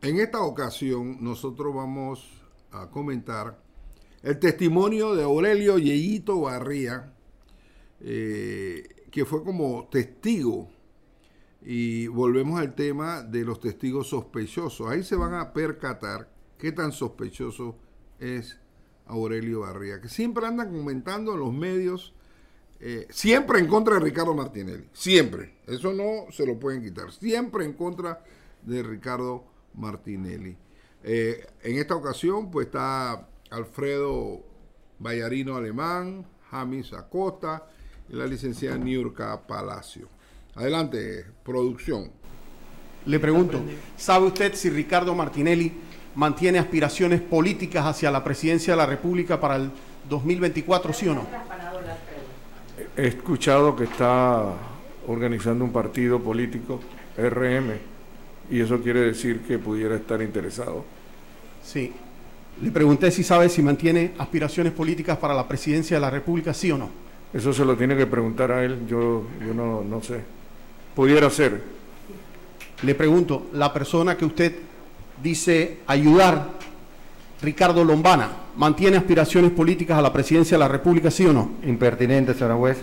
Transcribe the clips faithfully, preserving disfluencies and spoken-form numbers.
En esta ocasión nosotros vamos a comentar el testimonio de Aurelio Yeyito Barría, eh, que fue como testigo, y volvemos al tema de los testigos sospechosos. Ahí se van a percatar qué tan sospechoso es Aurelio Barría, que siempre andan comentando en los medios, eh, siempre en contra de Ricardo Martinelli, siempre, eso no se lo pueden quitar, siempre en contra de Ricardo Martinelli. Eh, en esta ocasión pues está Alfredo Vallarino Alemán, Jamis Acosta y la licenciada Niurka Palacio. Adelante, producción. Le pregunto, ¿sabe usted si Ricardo Martinelli mantiene aspiraciones políticas hacia la presidencia de la República para el dos mil veinticuatro, sí o no? He escuchado que está organizando un partido político, R M, y eso quiere decir que pudiera estar interesado. Sí. Le pregunté si sabe si mantiene aspiraciones políticas para la presidencia de la República, sí o no. Eso se lo tiene que preguntar a él, yo, yo no, no sé. Pudiera ser. Le pregunto, la persona que usted dice ayudar, Ricardo Lombana, ¿mantiene aspiraciones políticas a la presidencia de la República, sí o no? Impertinente, señora juez.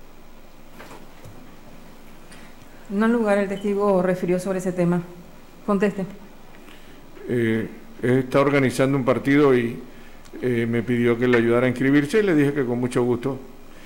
No lugar el testigo refirió sobre ese tema. Conteste. Eh, está organizando un partido y eh, me pidió que le ayudara a inscribirse y le dije que con mucho gusto.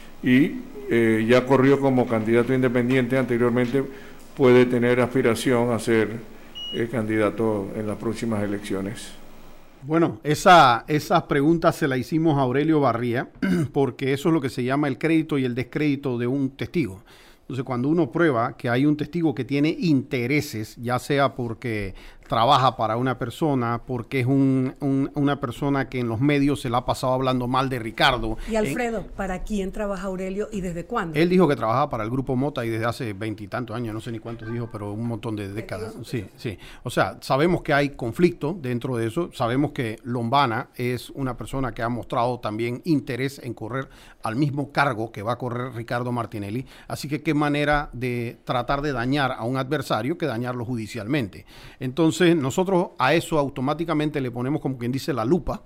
Y eh, ya corrió como candidato independiente anteriormente, puede tener aspiración a ser eh, candidato en las próximas elecciones. Bueno, esa, esas preguntas se las hicimos a Aurelio Barría, porque eso es lo que se llama el crédito y el descrédito de un testigo. Entonces, cuando uno prueba que hay un testigo que tiene intereses, ya sea porque trabaja para una persona, porque es un, un, una persona que en los medios se la ha pasado hablando mal de Ricardo. Y Alfredo, eh, ¿para quién trabaja Aurelio y desde cuándo? Él dijo que trabajaba para el Grupo Mota y desde hace veintitantos años, no sé ni cuántos dijo, pero un montón de décadas. Sí, sí. O sea, sabemos que hay conflicto dentro de eso, sabemos que Lombana es una persona que ha mostrado también interés en correr al mismo cargo que va a correr Ricardo Martinelli, así que qué manera de tratar de dañar a un adversario que dañarlo judicialmente. Entonces, nosotros a eso automáticamente le ponemos, como quien dice, la lupa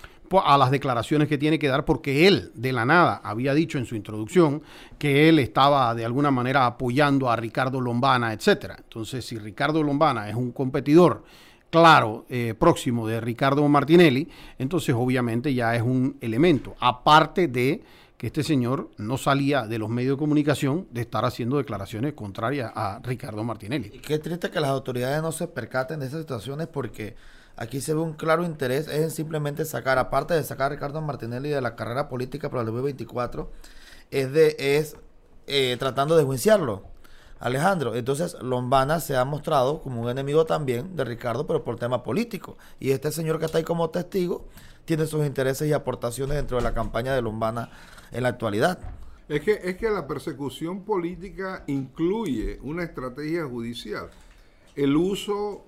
a las declaraciones que tiene que dar, porque él de la nada había dicho en su introducción que él estaba de alguna manera apoyando a Ricardo Lombana, etcétera. Entonces, si Ricardo Lombana es un competidor claro, eh, próximo de Ricardo Martinelli, entonces obviamente ya es un elemento, aparte de que este señor no salía de los medios de comunicación de estar haciendo declaraciones contrarias a Ricardo Martinelli. Y qué triste que las autoridades no se percaten de esas situaciones, porque aquí se ve un claro interés en simplemente sacar, aparte de sacar a Ricardo Martinelli de la carrera política para el dos mil veinticuatro, es, de, es eh, tratando de enjuiciarlo, Alejandro. Entonces Lombana se ha mostrado como un enemigo también de Ricardo, pero por tema político. Y este señor que está ahí como testigo tiene sus intereses y aportaciones dentro de la campaña de Lombana en la actualidad. Es que, es que la persecución política incluye una estrategia judicial, el uso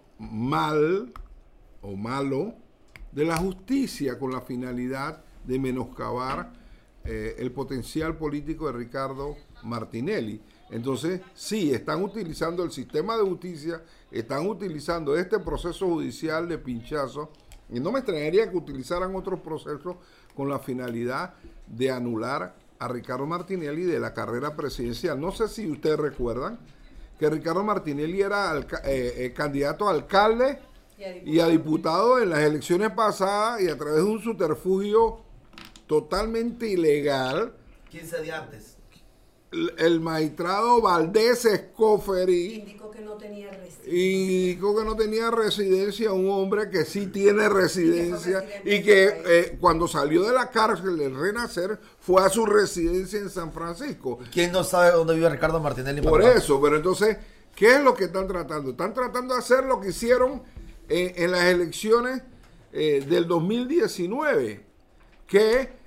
mal o malo de la justicia con la finalidad de menoscabar eh, el potencial político de Ricardo Martinelli. Entonces, sí, están utilizando el sistema de justicia, están utilizando este proceso judicial de pinchazo, y no me extrañaría que utilizaran otros procesos con la finalidad de anular a Ricardo Martinelli de la carrera presidencial. No sé si ustedes recuerdan que Ricardo Martinelli era alca- eh, eh, candidato a alcalde y a, y a diputado en las elecciones pasadas, y a través de un subterfugio totalmente ilegal, quince días antes, el, el magistrado Valdés Escoferi indicó que no tenía residencia. indicó que no tenía residencia, un hombre que sí tiene residencia y que eh, cuando salió de la cárcel del Renacer fue a su residencia en San Francisco. ¿Quién no sabe dónde vive Ricardo Martinelli? Por eso, pero entonces, ¿qué es lo que están tratando? Están tratando de hacer lo que hicieron eh, en las elecciones eh, del dos mil diecinueve, que eh,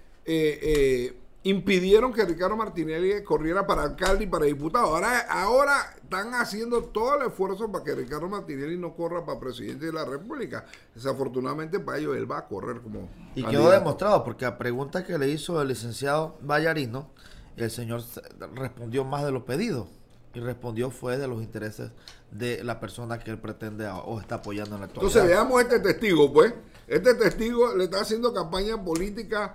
eh, impidieron que Ricardo Martinelli corriera para alcalde y para diputado. Ahora, ahora están haciendo todo el esfuerzo para que Ricardo Martinelli no corra para presidente de la República. Desafortunadamente para ellos él va a correr como y candidato. quedó demostrado, porque a preguntas que le hizo el licenciado Vallarino, el señor respondió más de los pedidos. Y respondió fue de los intereses de la persona que él pretende o está apoyando en la actualidad. Entonces veamos este testigo, pues. Este testigo le está haciendo campaña política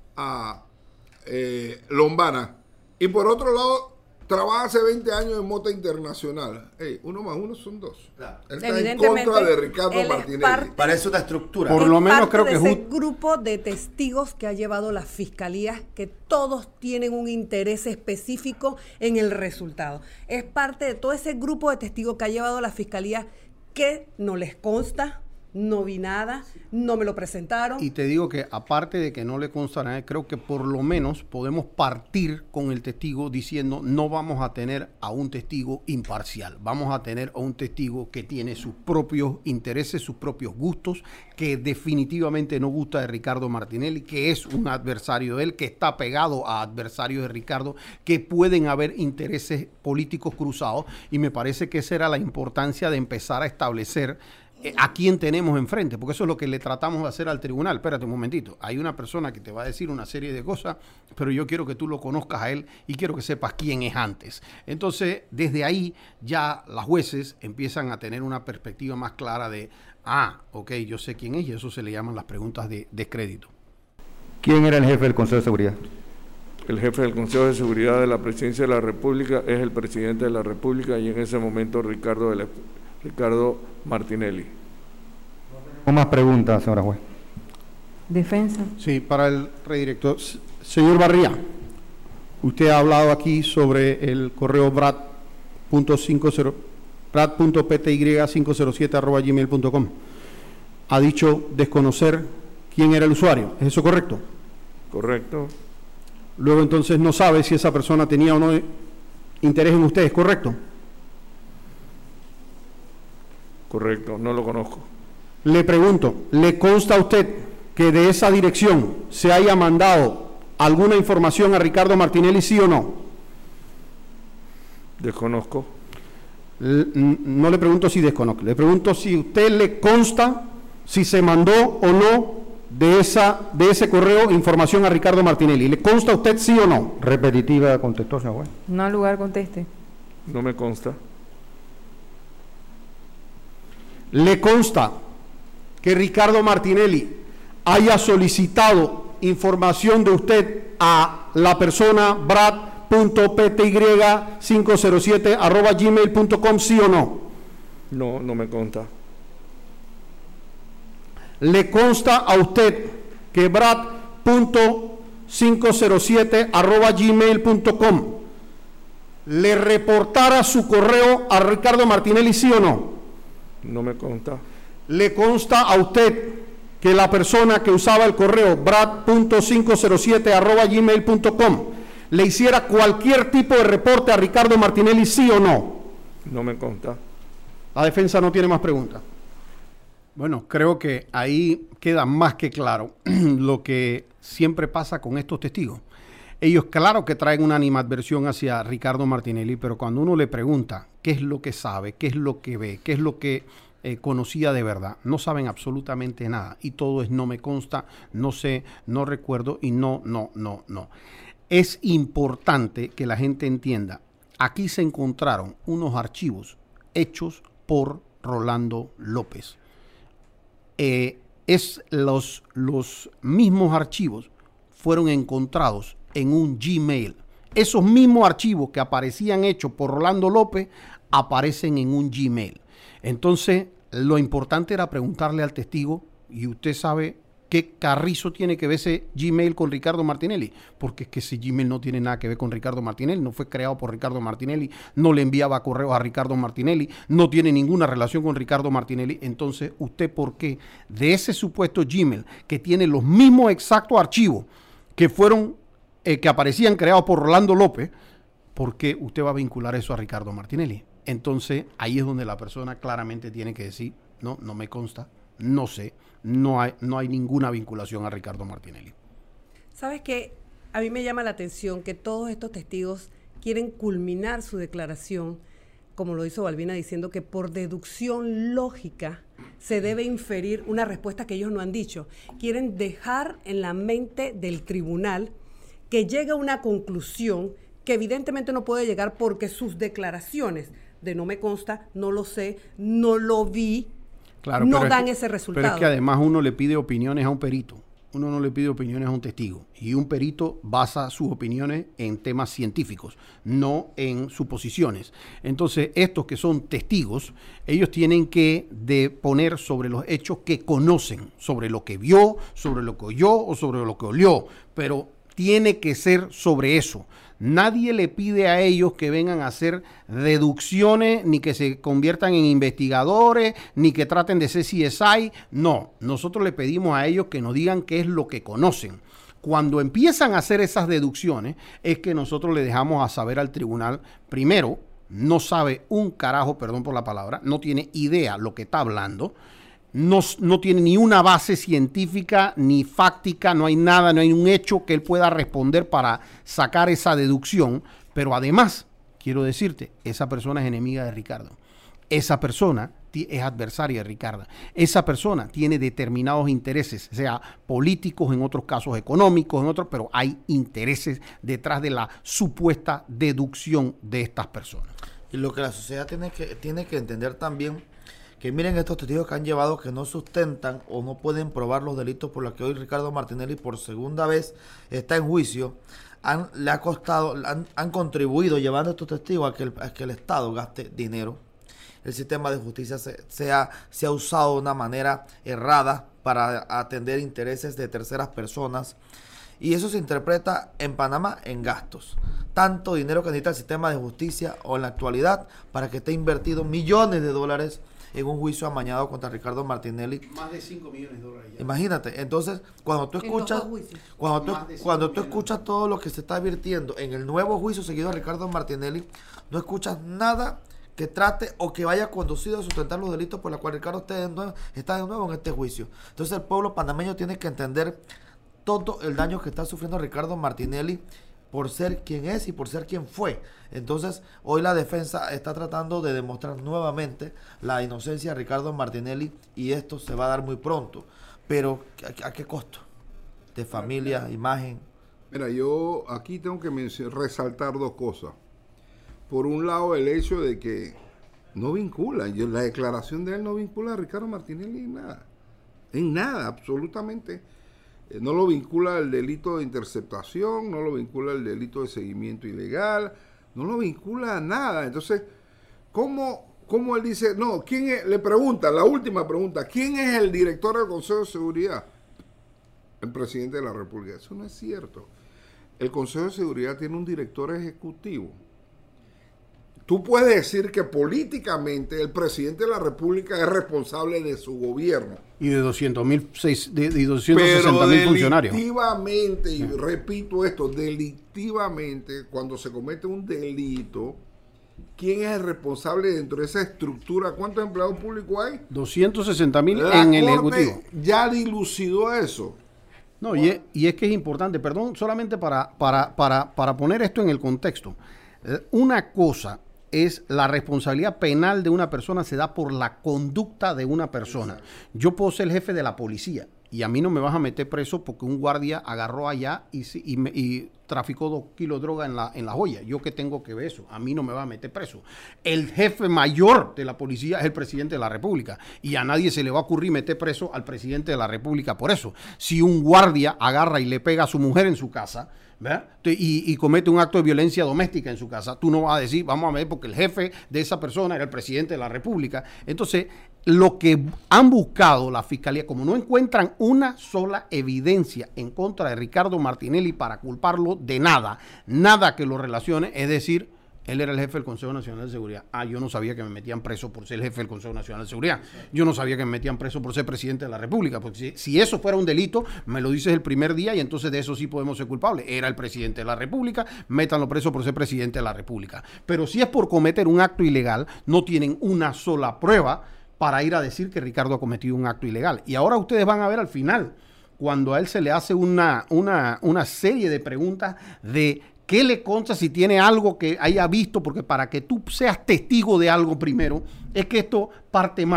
a eh, Lombana. Y por otro lado, trabaja hace veinte años en Mota Internacional. Hey, uno más uno son dos. Claro. Él está en contra de Ricardo él es Martinelli. parte- Parece una estructura. Por Es lo menos parte creo de que ese ju- grupo de testigos que ha llevado la fiscalía, que todos tienen un interés específico en el resultado. Es parte de todo ese grupo de testigos que ha llevado la fiscalía que no les consta, no vi nada, no me lo presentaron. Y te digo que aparte de que no le consta nada, creo que por lo menos podemos partir con el testigo diciendo no vamos a tener a un testigo imparcial, vamos a tener a un testigo que tiene sus propios intereses, sus propios gustos, que definitivamente no gusta de Ricardo Martinelli, que es un adversario de él, que está pegado a adversarios de Ricardo, que pueden haber intereses políticos cruzados, y me parece que esa era la importancia de empezar a establecer a quién tenemos enfrente, porque eso es lo que le tratamos de hacer al tribunal. Espérate un momentito, hay una persona que te va a decir una serie de cosas, pero yo quiero que tú lo conozcas a él y quiero que sepas quién es antes. Entonces, desde ahí ya las jueces empiezan a tener una perspectiva más clara de, ah, ok, yo sé quién es, y eso se le llaman las preguntas de descrédito. ¿Quién era el jefe del Consejo de Seguridad? El jefe del Consejo de Seguridad de la Presidencia de la República es el presidente de la República y en ese momento Ricardo, de la, Ricardo Martinelli. No más preguntas, señora juez. Defensa. Sí, para el redirector. S- Señor Barría, usted ha hablado aquí sobre el correo brad punto cincuenta, brad punto p t y cinco cero siete arroba gmail punto com. Ha dicho desconocer quién era el usuario. ¿Es eso correcto? ¿Correcto? Luego entonces no sabe si esa persona tenía o no interés en ustedes, ¿correcto? Correcto, no lo conozco. Le pregunto, ¿le consta a usted que de esa dirección se haya mandado alguna información a Ricardo Martinelli, sí o no? Desconozco. L- n- no le pregunto si desconozco, le pregunto si usted le consta si se mandó o no de esa de ese correo información a Ricardo Martinelli. ¿Le consta a usted sí o no? Repetitiva contestó, señor juez. No al lugar, conteste. No me consta. ¿Le consta que Ricardo Martinelli haya solicitado información de usted a la persona brad punto p t y cinco cero siete arroba gmail punto com, sí o no? No, no me consta. ¿Le consta a usted que brad punto cinco cero siete arroba gmail punto com le reportara su correo a Ricardo Martinelli, sí o no? No me consta. ¿Le consta a usted que la persona que usaba el correo brad punto cinco cero siete arroba gmail punto com le hiciera cualquier tipo de reporte a Ricardo Martinelli, sí o no? No me consta. La defensa no tiene más preguntas. Bueno, creo que ahí queda más que claro lo que siempre pasa con estos testigos. Ellos, claro que traen una animadversión hacia Ricardo Martinelli, pero cuando uno le pregunta qué es lo que sabe, qué es lo que ve, qué es lo que eh, conocía de verdad, no saben absolutamente nada. Y todo es no me consta, no sé, no recuerdo y no, no, no, no. Es importante que la gente entienda, aquí se encontraron unos archivos hechos por Rolando López. Eh, es los, los mismos archivos fueron encontrados en un Gmail. Esos mismos archivos que aparecían hechos por Rolando López aparecen en un Gmail. Entonces, lo importante era preguntarle al testigo, y usted sabe qué carrizo tiene que ver ese Gmail con Ricardo Martinelli, porque es que ese Gmail no tiene nada que ver con Ricardo Martinelli, no fue creado por Ricardo Martinelli, no le enviaba correos a Ricardo Martinelli, no tiene ninguna relación con Ricardo Martinelli. Entonces, ¿usted por qué de ese supuesto Gmail que tiene los mismos exactos archivos que fueron, eh, que aparecían creados por Rolando López, por qué usted va a vincular eso a Ricardo Martinelli? Entonces, ahí es donde la persona claramente tiene que decir, no, no me consta, no sé, no hay, no hay ninguna vinculación a Ricardo Martinelli. ¿Sabes qué? A mí me llama la atención que todos estos testigos quieren culminar su declaración, como lo hizo Balbina, diciendo que por deducción lógica se debe inferir una respuesta que ellos no han dicho. Quieren dejar en la mente del tribunal que llegue a una conclusión que evidentemente no puede llegar porque sus declaraciones de no me consta, no lo sé, no lo vi, Claro, no pero dan es que, ese resultado. Pero es que además uno le pide opiniones a un perito. Uno no le pide opiniones a un testigo. Y un perito basa sus opiniones en temas científicos, no en suposiciones. Entonces, estos que son testigos, ellos tienen que de poner sobre los hechos que conocen, sobre lo que vio, sobre lo que oyó o sobre lo que olió. Pero tiene que ser sobre eso. Nadie le pide a ellos que vengan a hacer deducciones, ni que se conviertan en investigadores, ni que traten de ser C S I. No, nosotros le pedimos a ellos que nos digan qué es lo que conocen. Cuando empiezan a hacer esas deducciones, es que nosotros le dejamos a saber al tribunal, primero, no sabe un carajo, perdón por la palabra, no tiene idea lo que está hablando. No, no tiene ni una base científica ni fáctica, no hay nada, no hay un hecho que él pueda responder para sacar esa deducción, pero además, quiero decirte, esa persona es enemiga de Ricardo, esa persona es adversaria de Ricardo, esa persona tiene determinados intereses, sea políticos, en otros casos económicos, en otros, pero hay intereses detrás de la supuesta deducción de estas personas. Y lo que la sociedad tiene que, tiene que entender también, que miren estos testigos que han llevado que no sustentan o no pueden probar los delitos por los que hoy Ricardo Martinelli por segunda vez está en juicio, han, le ha costado, han, han contribuido llevando a estos testigos a que, el, a que el Estado gaste dinero. El sistema de justicia se, se, ha, se ha usado de una manera errada para atender intereses de terceras personas. Y eso se interpreta en Panamá en gastos. Tanto dinero que necesita el sistema de justicia o en la actualidad para que esté invertido millones de dólares en un juicio amañado contra Ricardo Martinelli. Más de cinco millones de dólares. Ya. Imagínate, entonces, cuando tú escuchas cuando tú, cuando tú escuchas todo lo que se está advirtiendo en el nuevo juicio seguido a Ricardo Martinelli, no escuchas nada que trate o que vaya conducido a sustentar los delitos por los cuales Ricardo esté de nuevo, está de nuevo en este juicio. Entonces el pueblo panameño tiene que entender todo el daño que está sufriendo Ricardo Martinelli por ser quien es y por ser quien fue. Entonces, hoy la defensa está tratando de demostrar nuevamente la inocencia de Ricardo Martinelli y esto se va a dar muy pronto. Pero, ¿a, a qué costo? De familia, imagen. Mira, yo aquí tengo que resaltar dos cosas. Por un lado, el hecho de que no vincula, yo, la declaración de él no vincula a Ricardo Martinelli en nada. En nada, absolutamente. No lo vincula al delito de interceptación, no lo vincula al delito de seguimiento ilegal, no lo vincula a nada. Entonces, ¿cómo, cómo él dice? No, ¿quién es? Le pregunta, la última pregunta, ¿quién es el director del Consejo de Seguridad? El presidente de la República. Eso no es cierto. El Consejo de Seguridad tiene un director ejecutivo. Tú puedes decir que políticamente el presidente de la República es responsable de su gobierno. Y de doscientos mil, de, de doscientos sesenta mil funcionarios. Delictivamente, y repito esto, delictivamente, cuando se comete un delito, ¿quién es el responsable dentro de esa estructura? ¿Cuántos empleados públicos hay? doscientos sesenta mil en el Ejecutivo. Ya dilucidó eso. No, y es, y es que es importante, perdón, solamente para, para, para, para poner esto en el contexto. Una cosa es la responsabilidad penal de una persona, se da por la conducta de una persona. Yo puedo ser el jefe de la policía y a mí no me vas a meter preso porque un guardia agarró allá y, y, me, y traficó dos kilos de droga en la, en la joya. ¿Yo qué tengo que ver eso? A mí no me va a meter preso. El jefe mayor de la policía es el presidente de la República y a nadie se le va a ocurrir meter preso al presidente de la República por eso. Si un guardia agarra y le pega a su mujer en su casa, Y, y comete un acto de violencia doméstica en su casa, tú no vas a decir, vamos a ver, porque el jefe de esa persona era el presidente de la República. Entonces, lo que han buscado la Fiscalía, como no encuentran una sola evidencia en contra de Ricardo Martinelli para culparlo de nada, nada que lo relacione, es decir, él era el jefe del Consejo Nacional de Seguridad. Ah, yo no sabía que me metían preso por ser el jefe del Consejo Nacional de Seguridad. Yo no sabía que me metían preso por ser presidente de la República. Porque si, si eso fuera un delito, me lo dices el primer día y entonces de eso sí podemos ser culpables. Era el presidente de la República, métanlo preso por ser presidente de la República. Pero si es por cometer un acto ilegal, no tienen una sola prueba para ir a decir que Ricardo ha cometido un acto ilegal. Y ahora ustedes van a ver al final, cuando a él se le hace una, una, una serie de preguntas de ¿qué le consta si tiene algo que haya visto? Porque para que tú seas testigo de algo primero, es que esto parte mal.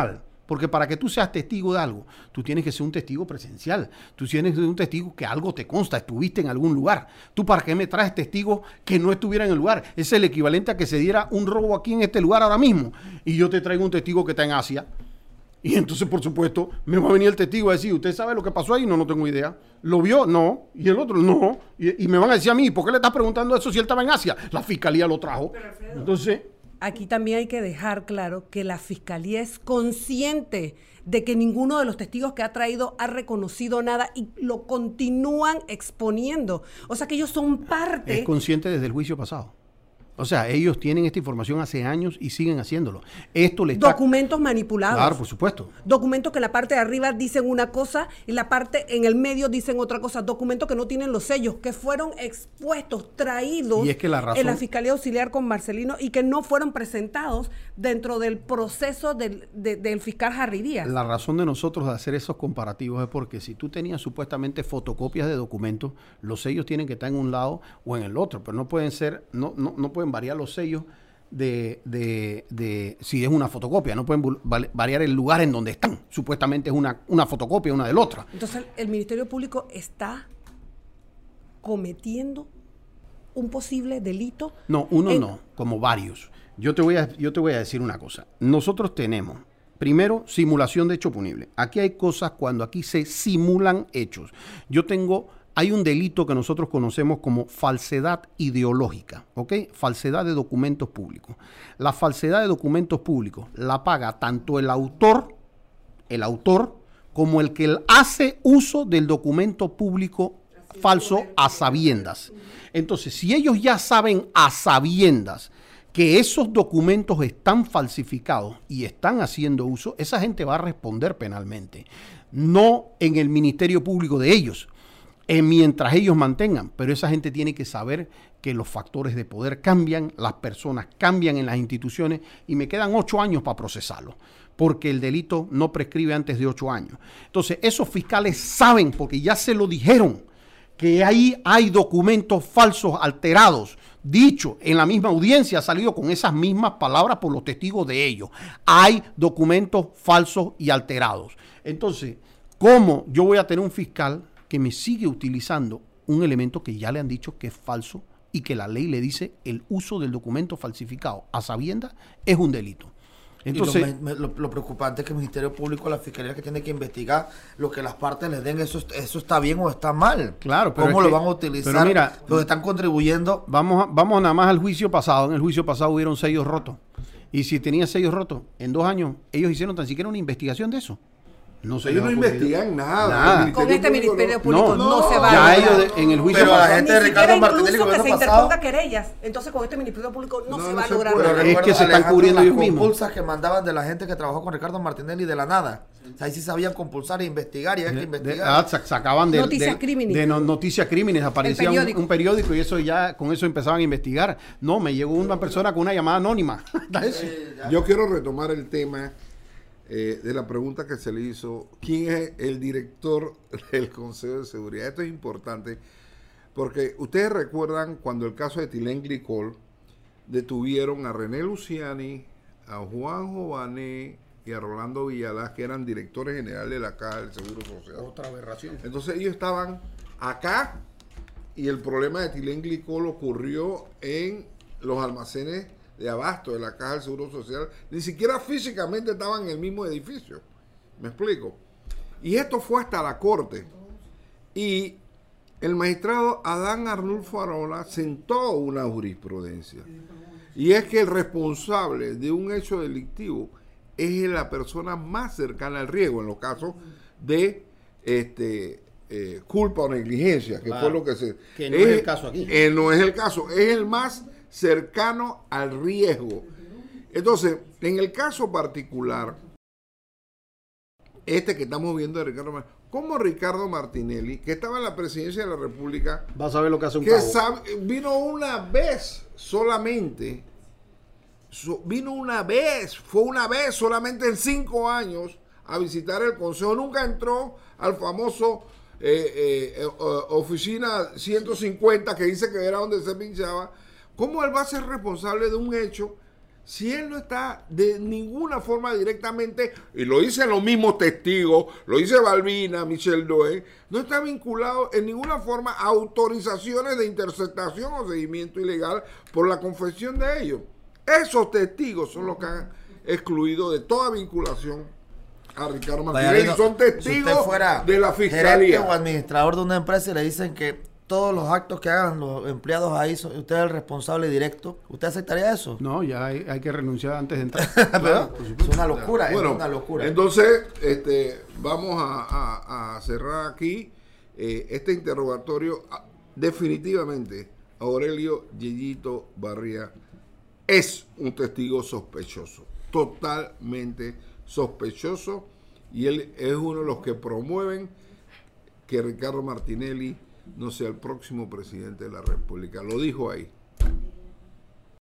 Porque para que tú seas testigo de algo, tú tienes que ser un testigo presencial. Tú tienes que ser un testigo que algo te consta, estuviste en algún lugar. ¿Tú para qué me traes testigos que no estuvieran en el lugar? Es el equivalente a que se diera un robo aquí en este lugar ahora mismo y yo te traigo un testigo que está en Asia. Y entonces, por supuesto, me va a venir el testigo a decir, ¿usted sabe lo que pasó ahí? No, no tengo idea. ¿Lo vio? No. Y el otro, no. Y, y me van a decir a mí, ¿por qué le estás preguntando eso si él estaba en Asia? La fiscalía lo trajo. Entonces... Aquí también hay que dejar claro que la fiscalía es consciente de que ninguno de los testigos que ha traído ha reconocido nada y lo continúan exponiendo. O sea que ellos son parte... Es consciente desde el juicio pasado. O sea, ellos tienen esta información hace años y siguen haciéndolo. Esto le está... Documentos manipulados. Claro, por supuesto. Documentos que en la parte de arriba dicen una cosa y la parte en el medio dicen otra cosa. Documentos que no tienen los sellos, que fueron expuestos, traídos y es que la razón... en la Fiscalía Auxiliar con Marcelino y que no fueron presentados dentro del proceso del, de, del fiscal Harry Díaz. La razón de nosotros de hacer esos comparativos es porque si tú tenías supuestamente fotocopias de documentos, los sellos tienen que estar en un lado o en el otro, pero no pueden ser, no, no, no pueden variar los sellos de, de, de si es una fotocopia, no pueden variar el lugar en donde están. Supuestamente es una, una fotocopia una de la otra. Entonces el Ministerio Público está cometiendo un posible delito. No, uno en... no, como varios. Yo te voy a, yo te voy a decir una cosa. Nosotros tenemos, primero, simulación de hecho punible. Aquí hay cosas cuando aquí se simulan hechos. Yo tengo... Hay un delito que nosotros conocemos como falsedad ideológica, ¿ok? Falsedad de documentos públicos. La falsedad de documentos públicos la paga tanto el autor, el autor, como el que hace uso del documento público falso a sabiendas. Entonces, si ellos ya saben a sabiendas que esos documentos están falsificados y están haciendo uso, esa gente va a responder penalmente. No en el Ministerio Público de ellos, Eh, mientras ellos mantengan, pero esa gente tiene que saber que los factores de poder cambian, las personas cambian en las instituciones y me quedan ocho años para procesarlo, porque el delito no prescribe antes de ocho años. Entonces, esos fiscales saben, porque ya se lo dijeron, que ahí hay documentos falsos, alterados, dicho en la misma audiencia, ha salido con esas mismas palabras por los testigos de ellos. Hay documentos falsos y alterados. Entonces, ¿cómo yo voy a tener un fiscal que me sigue utilizando un elemento que ya le han dicho que es falso y que la ley le dice el uso del documento falsificado a sabiendas es un delito? Entonces, y lo, me, lo, lo preocupante es que el Ministerio Público, la Fiscalía que tiene que investigar lo que las partes les den, eso, eso está bien o está mal. Claro, pero ¿cómo es lo que, van a utilizar? Pero mira, los están contribuyendo. Vamos, a, vamos nada más al juicio pasado. En el juicio pasado hubieron sellos rotos. Y si tenía sellos rotos, en dos años, ellos hicieron tan siquiera una investigación de eso. No se ellos no investigan nada. nada. Con este Ministerio Público no, no se va ya a ellos de, en el juicio pero pasado, la gente de Ricardo Martinelli que se pasado, interponga querellas. Entonces con este Ministerio Público no, no se no va a se lograr puede. nada. Es que se están cubriendo ellos mismos. Las compulsas que mandaban de la gente que trabajó con Ricardo Martinelli de la nada. O sea, ahí sí sabían compulsar e investigar y hay que investigar. De, ah, sacaban de Noticias de, Crímenes. de no, Noticias Crímenes, aparecía un, periódico. un periódico y eso ya, con eso empezaban a investigar. No, me llegó una persona con una llamada anónima. Yo quiero retomar el tema eh, de la pregunta que se le hizo, ¿quién es el director del Consejo de Seguridad? Esto es importante porque ustedes recuerdan cuando el caso de Tilén Glicol detuvieron a René Luciani, a Juan Jované y a Rolando Villalaz, que eran directores generales de la Caja del Seguro Social. Otra aberración. Entonces ellos estaban acá y el problema de Tilén Glicol ocurrió en los almacenes de abasto de la Caja del Seguro Social. Ni siquiera físicamente estaban en el mismo edificio. ¿Me explico? Y esto fue hasta la corte. Y el magistrado Adán Arnulfo Arola sentó una jurisprudencia. Y es que el responsable de un hecho delictivo es la persona más cercana al riesgo, en los casos de este eh, culpa o negligencia, que claro, fue lo que se... Que no es, es el caso aquí. Eh, no es el caso, es el más cercano al riesgo. Entonces, en el caso particular, este que estamos viendo de Ricardo Martinelli, como Ricardo Martinelli, que estaba en la presidencia de la República, vas a ver lo que hace un que cabo. sabe, vino una vez solamente, so, vino una vez, fue una vez solamente en cinco años a visitar el Consejo, nunca entró al famoso eh, eh, oficina ciento cincuenta que dice que era donde se pinchaba. ¿Cómo él va a ser responsable de un hecho Si él no está de ninguna forma directamente, y lo dicen los mismos testigos, lo dice Balbina, Michelle Doe, no está vinculado en ninguna forma a autorizaciones de interceptación o seguimiento ilegal por la confesión de ellos. Esos testigos son los que han excluido de toda vinculación a Ricardo Martinelli. Vaya, Son testigos si usted fuera de la gerente fiscalía. o administrador de una empresa y le dicen que todos los actos que hagan los empleados ahí, son- usted es el responsable directo, ¿usted aceptaría eso? No, ya hay, hay que renunciar antes de entrar. ¿Verdad? Es una locura, Bueno, es una locura. entonces este, vamos a, a- a cerrar aquí eh, este interrogatorio. Ah, definitivamente, Aurelio Yeyito Barría es un testigo sospechoso, totalmente sospechoso, y él es uno de los que promueven que Ricardo Martinelli no sea el próximo presidente de la República. Lo dijo ahí.